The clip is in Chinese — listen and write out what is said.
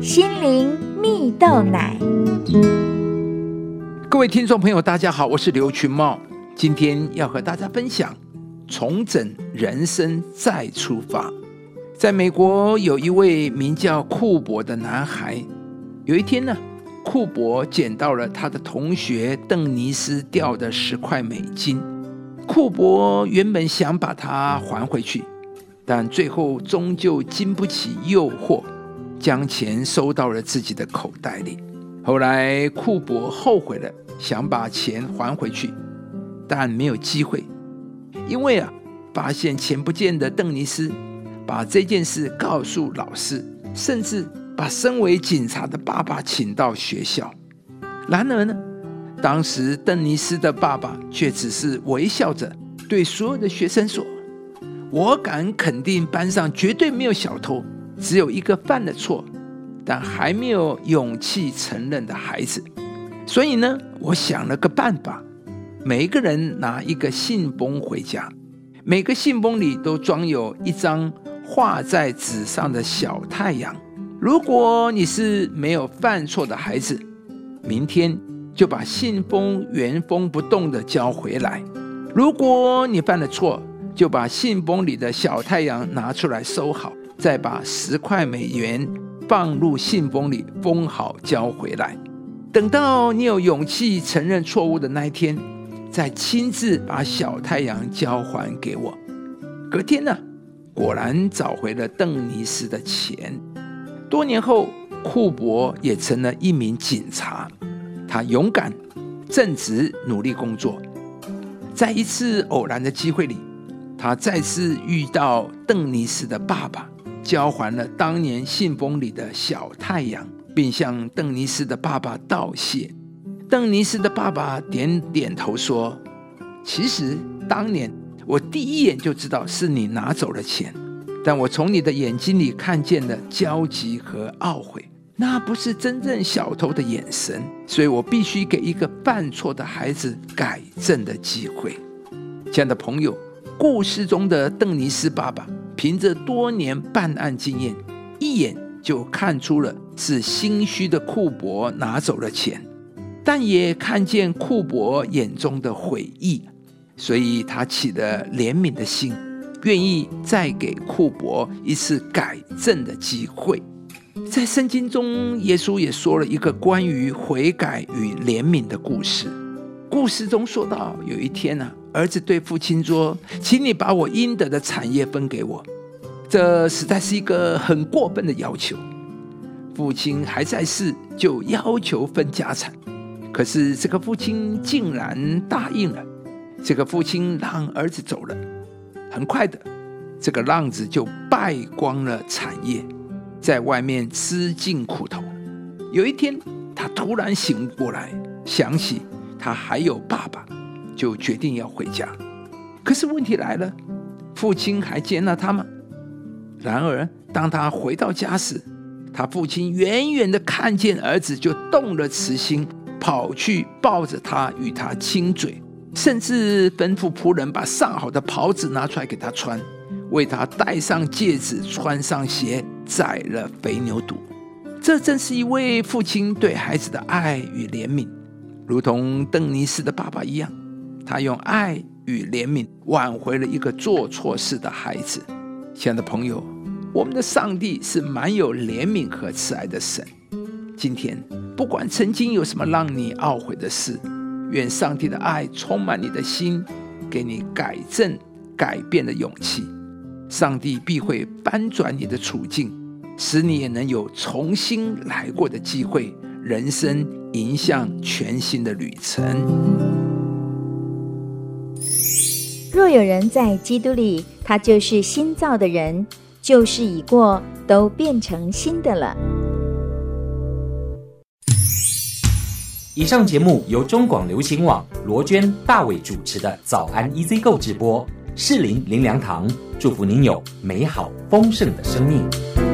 心灵蜜豆奶。 各位听众朋友大家好，我是刘群茂，今天要和大家分享重整人生再出发。在美国有一位名叫库珀的男孩，有一天呢，库珀捡到了他的同学邓尼斯掉的10块美金。库珀原本想把它还回去，但最后终究经不起诱惑，将钱收到了自己的口袋里。后来库珀后悔了，想把钱还回去，但没有机会，因为发现钱不见的邓尼斯把这件事告诉老师，甚至把身为警察的爸爸请到学校。然而呢，当时邓尼斯的爸爸却只是微笑着对所有的学生说，我敢肯定班上绝对没有小偷，只有一个犯了错但还没有勇气承认的孩子。所以呢，我想了个办法，每一个人拿一个信封回家，每个信封里都装有一张画在纸上的小太阳。如果你是没有犯错的孩子，明天就把信封原封不动地交回来。如果你犯了错，就把信封里的小太阳拿出来收好，再把10块美元放入信封里封好交回来。等到你有勇气承认错误的那一天，再亲自把小太阳交还给我。隔天呢，果然找回了邓尼斯的钱。多年后，库珀也成了一名警察，他勇敢、正直、努力工作。在一次偶然的机会里，他再次遇到邓尼斯的爸爸，交还了当年信封里的小太阳，并向邓尼斯的爸爸道谢。邓尼斯的爸爸点点头说，其实当年我第一眼就知道是你拿走了钱，但我从你的眼睛里看见了焦急和懊悔，那不是真正小偷的眼神，所以我必须给一个犯错的孩子改正的机会。亲爱的朋友，故事中的邓尼斯爸爸凭着多年办案经验，一眼就看出了是心虚的库珀拿走了钱，但也看见库珀眼中的悔意，所以他起了怜悯的心，愿意再给库珀一次改正的机会。在圣经中，耶稣也说了一个关于悔改与怜悯的故事。故事中说到，有一天儿子对父亲说，请你把我应得的产业分给我。这实在是一个很过分的要求，父亲还在世就要求分家产，可是这个父亲竟然答应了。这个父亲让儿子走了，很快的，这个浪子就败光了产业，在外面吃尽苦头。有一天，他突然醒过来，想起他还有爸爸，就决定要回家。可是问题来了，父亲还接纳他吗？然而当他回到家时，他父亲远远的看见儿子，就动了慈心，跑去抱着他与他亲嘴，甚至吩咐仆人把上好的袍子拿出来给他穿，为他戴上戒指，穿上鞋，宰了肥牛犊。这正是一位父亲对孩子的爱与怜悯，如同邓尼斯的爸爸一样，他用爱与怜悯挽回了一个做错事的孩子。亲爱的朋友，我们的上帝是满有怜悯和慈爱的神。今天不管曾经有什么让你懊悔的事，愿上帝的爱充满你的心，给你改正改变的勇气。上帝必会翻转你的处境，使你也能有重新来过的机会，人生迎向全新的旅程。 若有人在基督里，他就是新造的人，旧事已过，都变成新的了。 以上节目由中广流行网罗娟、大伟主持的早安 EZ 购直播，士林林良堂祝福您有美好丰盛的生命。